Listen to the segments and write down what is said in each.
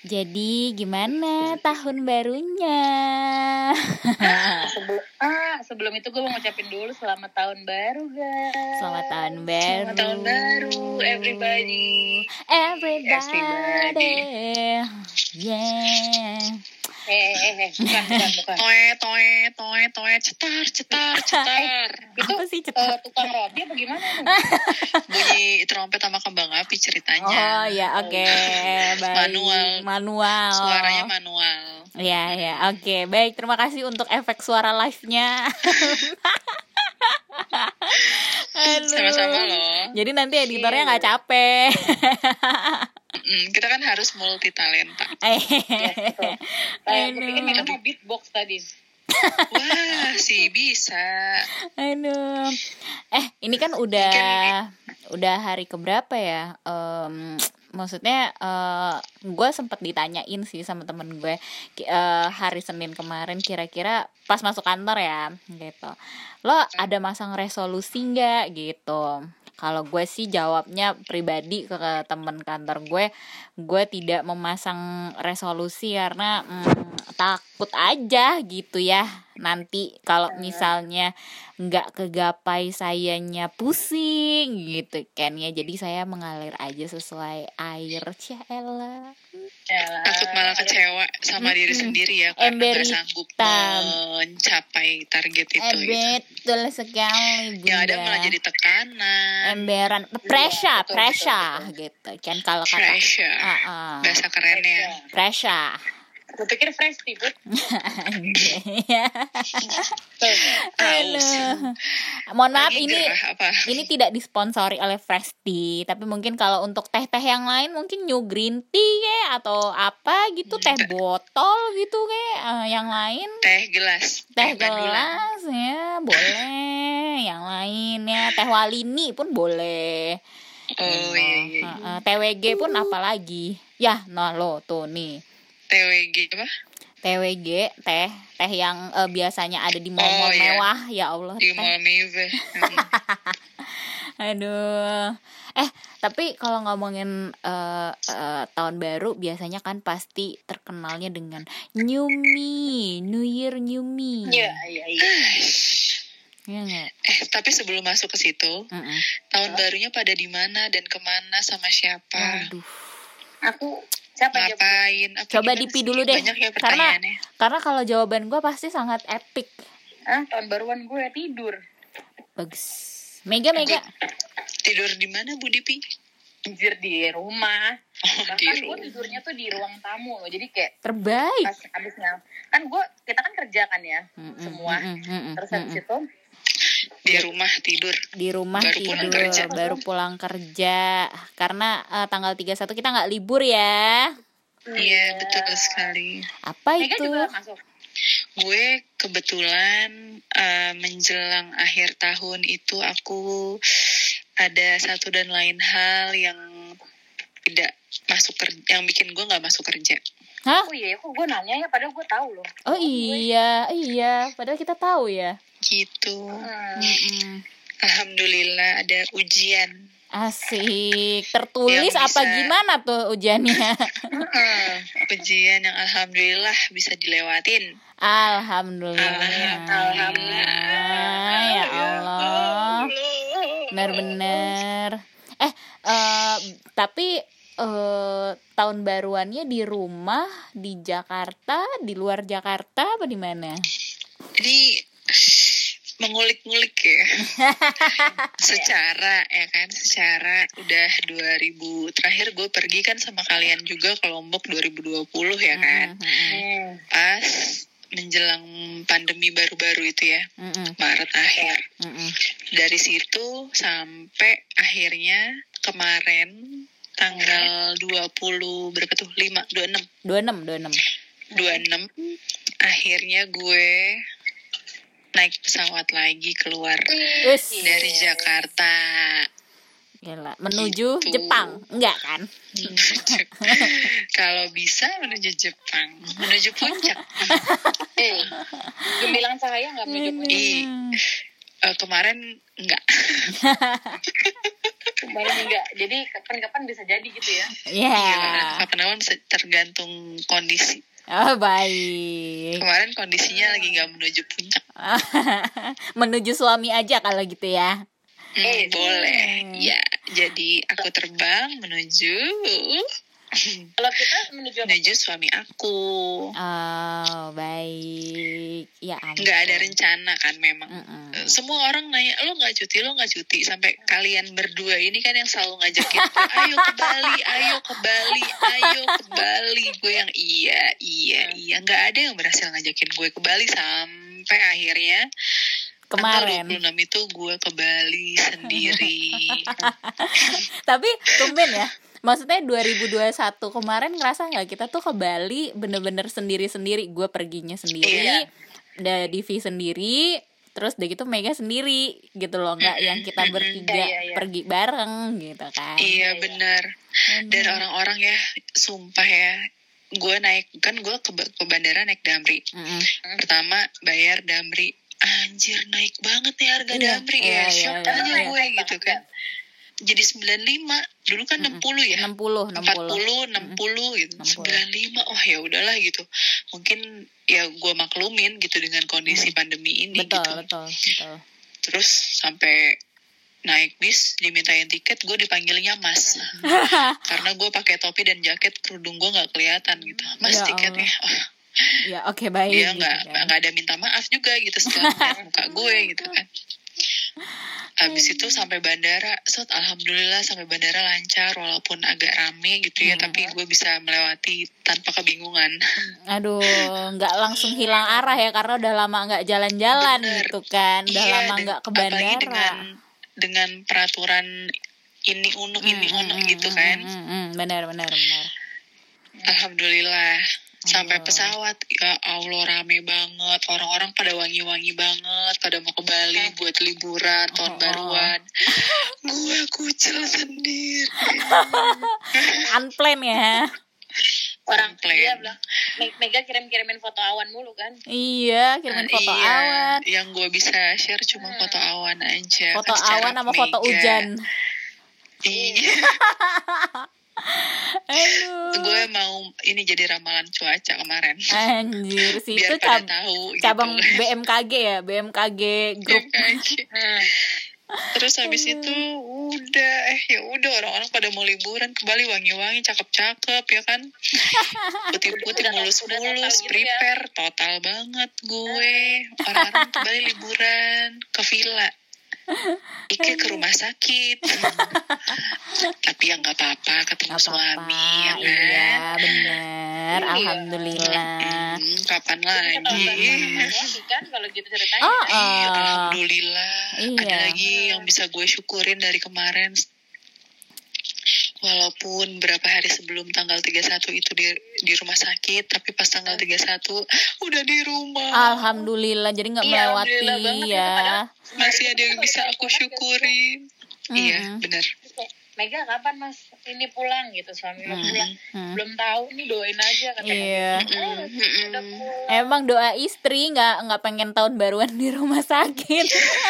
Jadi gimana tahun barunya? Sebelum itu gue mau ngucapin dulu selamat tahun baru, guys. Selamat tahun baru. Selamat tahun baru, everybody. Yeah. Bukan. Toe, cetar. Itu Apa sih cetar? tukang roti apa gimana? Bunyi trompet sama kembang api ceritanya. Oh ya, oke. Baik. Manual. Suaranya manual. Ya, oke. Baik, terima kasih untuk efek suara live-nya. Sama-sama loh. Jadi nanti editornya nggak capek. Kita kan harus multi talenta. Kayak gue pikir mereka mau beatbox tadi. Wah, sih bisa. Aduh. Ini kan udah hari keberapa ya? Maksudnya gue sempat ditanyain sih sama temen gue hari Senin kemarin, kira-kira pas masuk kantor ya gitu, lo ada masang resolusi nggak gitu. Kalau gue sih jawabnya pribadi ke temen kantor gue tidak memasang resolusi karena takut aja gitu ya, nanti kalau misalnya nggak kegapai sayanya pusing gitu kan ya. Jadi saya mengalir aja sesuai air. Cialah. Takut malah kecewa sama diri sendiri ya, karena nggak sanggup mencapai target itu. Betul sekali, Bunda. Yang ada malah jadi tekanan, emberan, pressure gitu kan kalau kata bahasa kerennya. Pressure. Gue pikir fresh tea, Bud. Halo. Mohon maaf, ini tidak disponsori oleh Fresh Tea, tapi mungkin kalau untuk teh-teh yang lain mungkin New Green Tea kayak atau apa gitu, teh botol gitu kayak yang lain. Teh gelas ya boleh. Yang lain ya teh walini pun boleh. Iya. TWG pun apalagi. Ya, lo tuh nih. TWG apa? TWG teh yang biasanya ada di mall-mall mewah. Ya Allah, di mall mewah. Aduh. Tapi kalau ngomongin tahun baru biasanya kan pasti terkenalnya dengan New Year New Me. Iya. Iya nggak? Tapi sebelum masuk ke situ, tahun barunya pada di mana dan kemana sama siapa? Waduh. Aku ngapain? Coba Dipi dulu deh. Ya, karena kalau jawaban gue pasti sangat epic. Tahun baruan gue tidur. Bagus. Mega. Tidur di mana, Bu Dipi? Anjir, di rumah. Bahkan gue tidurnya tuh di ruang tamu loh. Jadi kayak terbaik. Pas abisnya kan kita kan kerja kan ya semua. Terus habis itu di rumah baru pulang kerja karena tanggal 31 kita nggak libur ya. Iya, betul sekali. Apa itu? Juga masuk. Gue kebetulan menjelang akhir tahun itu aku ada satu dan lain hal yang tidak masuk kerja, yang bikin gue nggak masuk kerja. Hah? Oh iya, kok gue nanya ya, padahal gue tahu loh. Oh iya, padahal kita tahu ya. Gitu. Alhamdulillah ada ujian. Asik. Tertulis apa gimana tuh ujiannya? Ujian yang alhamdulillah bisa dilewatin. Alhamdulillah. Ya Allah. Benar-benar. Tapi tahun baruannya di rumah, di Jakarta, di luar Jakarta, apa di mana? Jadi mengulik-ngulik ya. secara udah 2000 terakhir gue pergi kan sama kalian juga ke Lombok 2020 ya kan. Pas menjelang pandemi baru-baru itu ya, Maret akhir. Dari situ sampai akhirnya kemarin tanggal 20 berapa tuh? 26 akhirnya gue naik pesawat lagi keluar dari Jakarta. Gila, menuju gitu. Jepang, enggak kan? Kalau bisa menuju Jepang, menuju puncak. Gemilang cahaya nggak menuju puncak? Kemarin enggak. Kemarin enggak. Jadi kapan-kapan bisa jadi gitu ya. Iya. Kapan-kapan bisa, tergantung kondisi. Oh, baik. Kemarin kondisinya lagi nggak menuju puncak. Menuju suami aja kalau gitu ya. Boleh. Ya, jadi aku terbang menuju Kalau kita menuju suami aku. Oh, baik. Ya ampun. Nggak ada rencana kan memang. Semua orang nanya, lo nggak cuti. Sampai kalian berdua ini kan yang selalu ngajakin gue, ayo ke Bali. Gue yang iya. Nggak ada yang berhasil ngajakin gue ke Bali sampai akhirnya kemarin. Tanggal 26 itu gue ke Bali sendiri. Tapi tumben ya. Maksudnya 2021 kemarin ngerasa nggak kita tuh ke Bali bener-bener sendiri-sendiri. Gue perginya sendiri, Divi sendiri, terus udah gitu Mega sendiri gitu loh. Nggak yang kita bertiga pergi bareng gitu kan. Iya benar. Dan orang-orang ya, sumpah ya, gue naik, kan gue ke bandara naik Damri. Pertama bayar Damri, anjir naik banget nih harga Damri ya. Shock aja gue gitu kan. Jadi 95, dulu kan 60 ya. 60 gitu. 95, oh ya udahlah gitu. Mungkin ya gue maklumin gitu dengan kondisi pandemi ini. Betul. Terus sampai naik bis dimintain tiket, gue dipanggilnya Mas. Karena gue pakai topi dan jaket, kerudung gue nggak kelihatan gitu. Mas, tiketnya. Ya oke, baik. Dia nggak ada minta maaf juga gitu setelah melihat muka gue gitu kan. Habis itu sampai bandara, alhamdulillah sampai bandara lancar walaupun agak rame gitu ya, tapi gue bisa melewati tanpa kebingungan. Aduh, nggak langsung hilang arah ya karena udah lama nggak jalan-jalan gitu kan, udah lama nggak ke bandara. Apalagi dengan peraturan ini unuk gitu kan. Benar. Alhamdulillah. Sampai pesawat, ya Allah rame banget, orang-orang pada wangi-wangi banget, pada mau ke Bali buat liburan tahun baruan. Gue kucel sendiri. Unplanned ya. Orang dia bilang, Mega kirimin foto awan mulu kan. Iya, kirimin foto awan. Yang gue bisa share cuma foto awan aja. Foto awan sama foto hujan. Iya. Aduh. Gue mau ini jadi ramalan cuaca kemarin. Anjir, sih itu tahu cabang gitu. BMKG ya, BMKG Group. Terus habis itu udah orang-orang pada mau liburan ke Bali, wangi-wangi, cakep-cakep ya kan. Putih-putih, mulus-mulus, prepare total banget gue. Orang-orang ke Bali liburan, ke villa. Ike ke rumah sakit. Tapi ya nggak apa-apa, ketemu suami ya kan. Iya benar, alhamdulillah. Kapan lagi kan kalau gitu ceritanya. Alhamdulillah. Ada lagi yang bisa gue syukurin dari kemarin. Walaupun berapa hari sebelum tanggal 31 itu di rumah sakit, tapi pas tanggal 31 udah di rumah. Alhamdulillah, jadi gak melewati ya. Masih ada yang bisa aku syukurin. Iya, benar. Mega kapan Mas ini pulang gitu, suami pulang. Belum tahu nih, doain aja katanya. Iya. Emang doa istri nggak pengen tahun baruan di rumah sakit.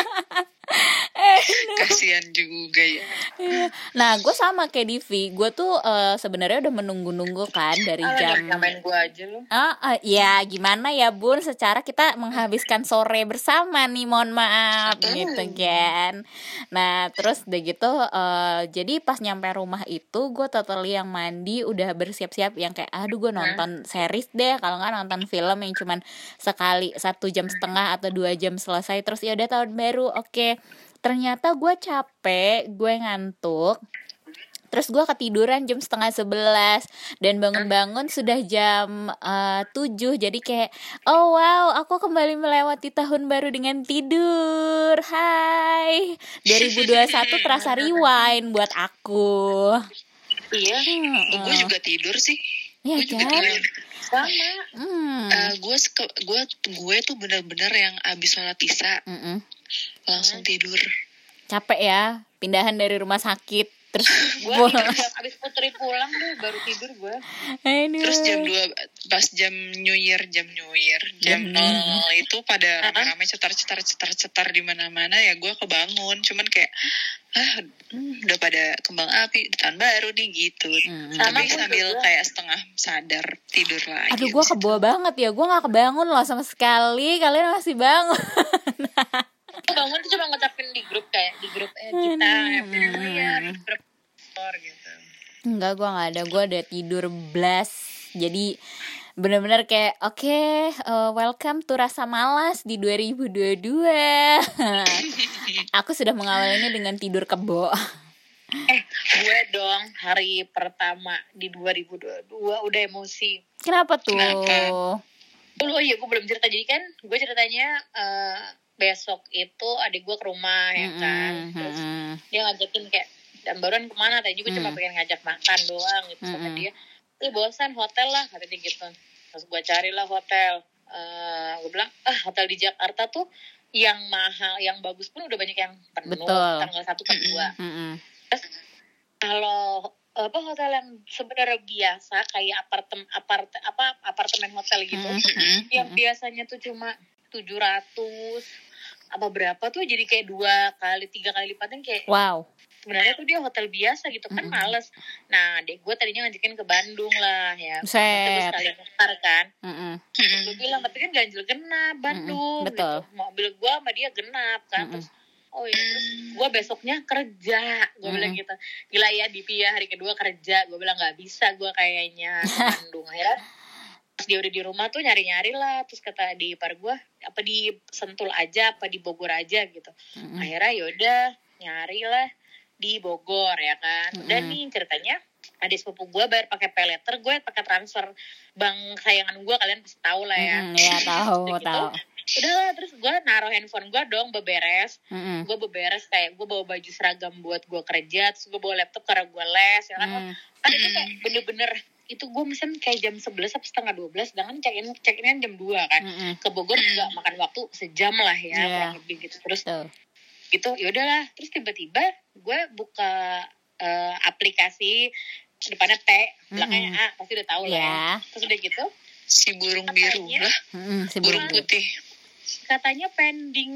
Kasian juga ya. Nah, gue sama kayak Divi, gue tuh sebenarnya udah menunggu-nunggu kan dari jam. Nyamain gue aja lu. Ya gimana ya Bun, secara kita menghabiskan sore bersama nih, mohon maaf gitu kan. Nah terus udah gitu, jadi pas nyampe rumah itu gue totally yang mandi, udah bersiap-siap yang kayak aduh gue nonton series deh, kalau nggak nonton film yang cuman sekali 1,5 jam atau 2 jam selesai, terus ya udah tahun baru. Oke. Ternyata gue capek, gue ngantuk, terus gue ketiduran jam 10:30 dan bangun-bangun sudah jam 7. Jadi kayak oh wow, aku kembali melewati tahun baru dengan tidur. Hai, 2021 terasa rewind buat aku. Iya, gue juga tidur sih. Iya kan? Sama. Gue tuh benar-benar yang abis sholat isya langsung tidur. Capek ya, pindahan dari rumah sakit. Terus gue abis Putri pulang tuh baru tidur gue. Terus pas jam New Year jam 0 itu pada rame-rame cetar di mana-mana ya, gue kebangun, cuman kayak udah pada kembang api tahun baru nih gitu. Tapi sambil kayak setengah sadar tidur lagi. Aduh, gue kebawa banget ya, gue nggak kebangun loh sama sekali, kalian masih bangun. Aku bangun tuh cuma ngucapin di grup kita Happy New Year gitu. Enggak, gue nggak ada, gue ada tidur blast. Jadi benar-benar kayak welcome to rasa malas di 2022. Aku sudah mengawalinya dengan tidur kebo. Gue dong hari pertama di 2022 udah emosi. Kenapa tuh? Oh iya, gue belum cerita. Jadi kan gue ceritanya besok itu adik gue ke rumah ya kan. Terus dia ngajakin kayak gambaran kemana, tadi gue cuma pengen ngajak makan doang gitu sama dia. Bosan, hotel lah katanya gitu. Terus gue carilah hotel. Gue bilang hotel di Jakarta tuh yang mahal, yang bagus pun udah banyak yang penuh. Betul. Tanggal 1 ke 2. Terus kalau hotel yang sebenarnya biasa kayak apartemen hotel gitu, yang biasanya tuh cuma 700 apa berapa tuh jadi kayak 2-3 kali lipatnya kayak. Wow. Sebenarnya tuh dia hotel biasa gitu kan, males. Nah, dek gue tadinya ngajakin ke Bandung lah ya. Terus sekali ntar kan. Terus gue bilang, tapi kan ganjil genap Bandung. Betul. Gitu. Mobil gue sama dia genap kan. Terus terus gue besoknya kerja. Gue bilang gitu. Gila ya Dipi ya, hari kedua kerja. Gue bilang gak bisa gue kayaknya ke Bandung. Akhirnya pas dia udah di rumah tuh nyari-nyari lah. Terus kata di ipar gue, apa di Sentul aja, apa di Bogor aja gitu. Akhirnya yaudah nyari lah di Bogor ya kan. Udah nih ceritanya adik sepupu gue bayar pakai pay letter, gue pakai transfer bank sayangan gue, kalian pasti tahu lah ya. Iya tahu. Udah lah, terus gue naruh handphone gue dong beberes. Gue beberes kayak gue bawa baju seragam buat gue kerja, terus gue bawa laptop karena gue les ya kan. Kan itu kayak bener-bener itu gue misalnya kayak jam 11 sampai setengah 12, sedangkan check-in jam 2 kan. Ke Bogor juga makan waktu sejam lah ya, kurang lebih gitu. Terus gitu yaudahlah, terus tiba-tiba gue buka aplikasi depannya T belakangnya A, pasti udah tahu lah ya. Terus udah gitu si burung biru lah, si burung putih katanya pending,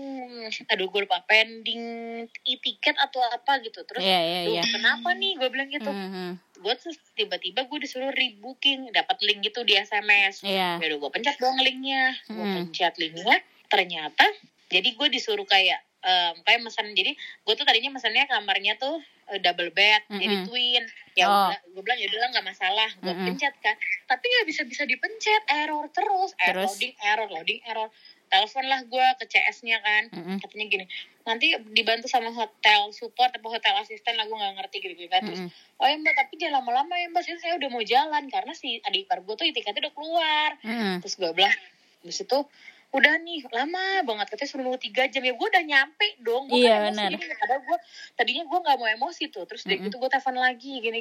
gue lupa pending e-tiket atau apa gitu. Terus kenapa nih gue bilang gitu. Gue terus tiba-tiba gue disuruh rebooking, dapat link gitu di SMS. Yaudah gue pencet dong linknya, gue pencet linknya, ternyata jadi gue disuruh kayak mesen. Jadi gue tuh tadinya mesennya kamarnya tuh double bed, jadi twin. Ya gue bilang yaudah nggak masalah, gue pencet kan. Tapi nggak bisa dipencet, error terus. Loading error. Telepon lah gue ke CS-nya kan, katanya gini, nanti dibantu sama hotel support atau hotel asisten lah, gue nggak ngerti gitu kan. Terus oh ya mbak, tapi jangan lama-lama ya mbak, saya udah mau jalan karena si adik ipar gue tuh tiketnya udah keluar. Terus gue bilang, habis itu udah nih lama banget, katanya suruh nunggu 3 jam. Ya gue udah nyampe dong, gue kan emosi gini, padahal gue tadinya gue nggak mau emosi tuh. Terus dari itu gue telepon lagi gini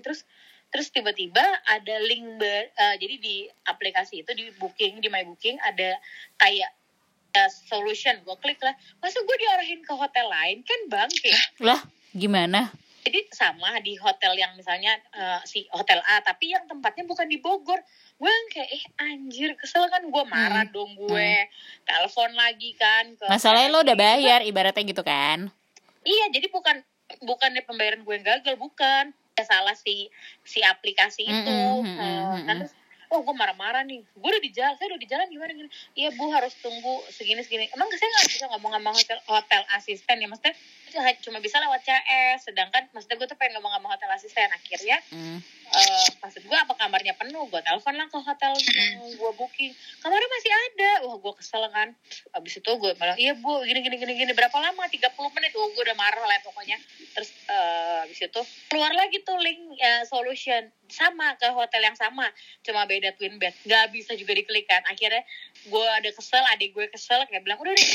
terus tiba-tiba ada link jadi di aplikasi itu, di booking, di my booking ada kayak solution. Gue klik lah, masa gue diarahin ke hotel lain kan bangke lah, gimana? Jadi sama di hotel yang misalnya si hotel A, tapi yang tempatnya bukan di Bogor. Gue kayak anjir, kesel kan, gue marah dong, gue telepon lagi kan ke masalahnya lo udah bayar ibaratnya gitu kan. Iya, jadi bukannya pembayaran gue yang gagal, bukan, salah si aplikasi itu. Terus gue marah-marah nih, saya udah di jalan gimana gini. Iya bu, harus tunggu segini. Emang saya nggak bisa ngomong sama hotel asisten ya, maksudnya cuma bisa lewat CS. Sedangkan maksudnya gue tuh pengen ngomong sama hotel asisten. Akhirnya maksud gue apa kamarnya penuh, gue telepon lah ke hotel yang gue booking, kamarnya masih ada. Wah gue kesel kan. Abis itu gue malah, iya bu gini, berapa lama, 30 menit. Gue udah marah lah pokoknya. Terus abis itu keluar lagi tuh link solution, sama ke hotel yang sama, cuma beda twin bed, nggak bisa juga diklik kan. Akhirnya gue ada kesel, adik gue kesel, kayak bilang udah deh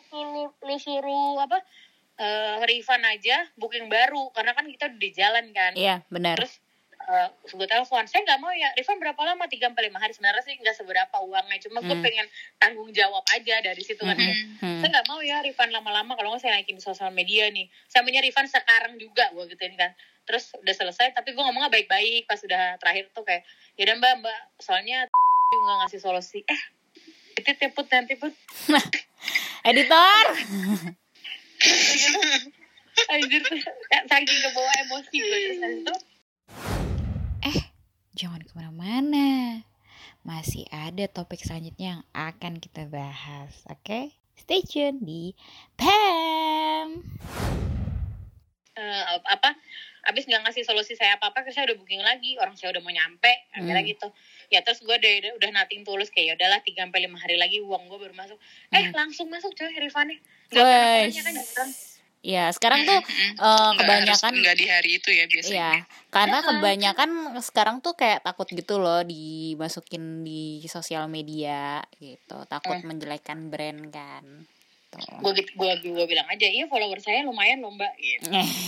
lu suruh refund aja, booking baru, karena kan kita udah di jalan kan. Iya benar. Terus gue telepon, saya nggak mau ya refund berapa lama, 3-5 hari. Sebenarnya sih nggak seberapa uangnya, cuma gue pengen tanggung jawab aja dari situ kan. Saya nggak mau ya refund lama-lama, kalau nggak saya naikin di sosial media nih, saya maunya refund sekarang juga, gue gituin kan. Terus udah selesai, tapi gue ngomongnya baik-baik. Pas udah terakhir tuh kayak, yaudah mbak soalnya nggak ngasih solusi. Nanti put editor anjir tuh saking kebawa emosi gue. Terus jangan kemana-mana, masih ada topik selanjutnya yang akan kita bahas. Oke? Stay tune di PAM. Abis nggak ngasih solusi saya apa-apa, terus saya udah booking lagi, orang saya udah mau nyampe, akhirnya gitu. Ya terus gue udah nating tulus kayak yaudahlah 3-5 hari lagi uang gue baru masuk. Langsung masuk coy refundnya. Nggak pernah kan. Ya sekarang tuh kebanyakan nggak di hari itu ya biasanya. Ya karena kebanyakan sekarang tuh kayak takut gitu loh dimasukin di sosial media gitu, takut menjelekkan brand kan. Gue bilang aja, iya follower saya lumayan loh mbak gitu.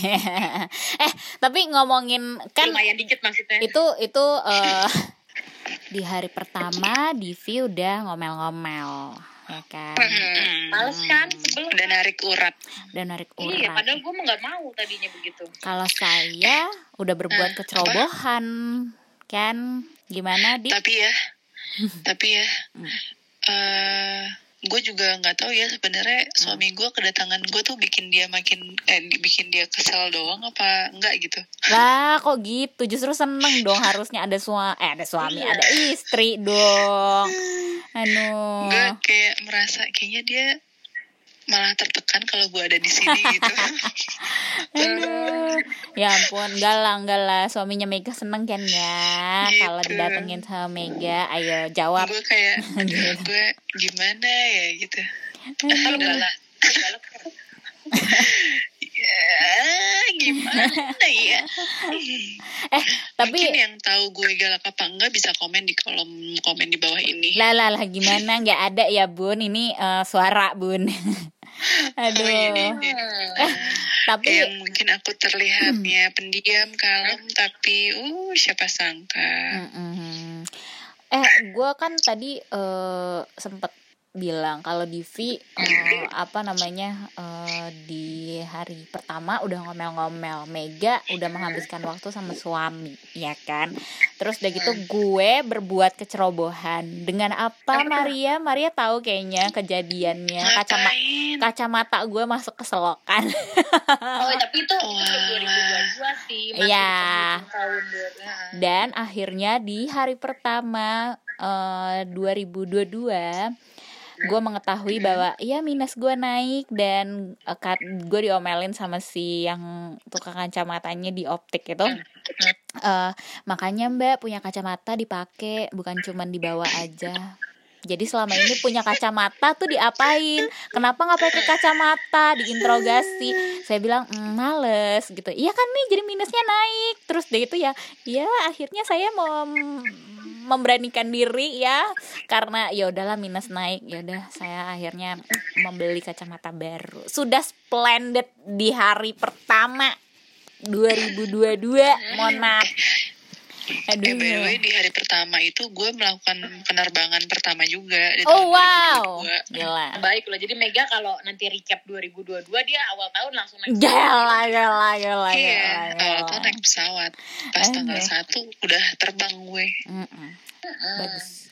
Tapi ngomongin kan lumayan dikit maksudnya. Itu di hari pertama Divi udah ngomel-ngomel. Kan. Males kan, sebelum udah narik urat. Iya, padahal gue mah nggak mau tadinya begitu. Kalau saya udah berbuat kecerobohan, kan? Gimana Di? Tapi ya, gue juga nggak tahu ya sebenarnya suami gue kedatangan gue tuh bikin dia bikin dia kesel doang apa enggak gitu. Lah kok gitu, justru seneng dong, harusnya ada suami ada istri dong. Gue kayak merasa kayaknya dia malah tertekan kalau gue ada di sini gitu. Ya ampun, enggak lah suaminya Mega seneng kan ya gitu. Kalau didatengin sama Mega, ayo jawab. Gue kayak gue gimana ya gitu. Udahlah. Gimana ya? Tapi mungkin yang tahu gue galak apa enggak bisa komen di kolom komen di bawah ini. Lah gimana, nggak ada ya Bun, ini suara Bun. Aduh. Tapi yang mungkin aku terlihatnya pendiam, kalem, tapi siapa sangka. Gue kan tadi sempet bilang kalau Divi di hari pertama udah ngomel-ngomel, Mega udah menghabiskan waktu sama suami, ya kan? Terus udah gitu gue berbuat kecerobohan. Dengan apa Maria tahu kayaknya kejadiannya, kacamata gue masuk ke selokan. Tapi itu 2022 sih, masih ya. Tahun. Dan akhirnya di hari pertama 2022 gue mengetahui bahwa minus gue naik, dan gue diomelin sama si yang tukang kacamatanya di optik itu. Makanya mbak punya kacamata dipakai, bukan cuman dibawa aja. Jadi selama ini punya kacamata tuh diapain? Kenapa nggak pakai kacamata? Diinterogasi. Saya bilang males gitu. Iya kan nih, jadi minusnya naik. Terus dia gitu ya akhirnya saya mau memberanikan diri ya, karena ya udahlah minus naik, ya udah saya akhirnya membeli kacamata baru. Sudah splendid di hari pertama 2022. Mohon maaf. By the way, di hari pertama itu gue melakukan penerbangan pertama juga di tahun 2022. Gila. Baik loh, jadi Mega kalau nanti recap 2022 dia awal tahun langsung naik pesawat. Gila. Awal tahun naik pesawat. Pas tanggal 1 udah terbang gue. Bagus.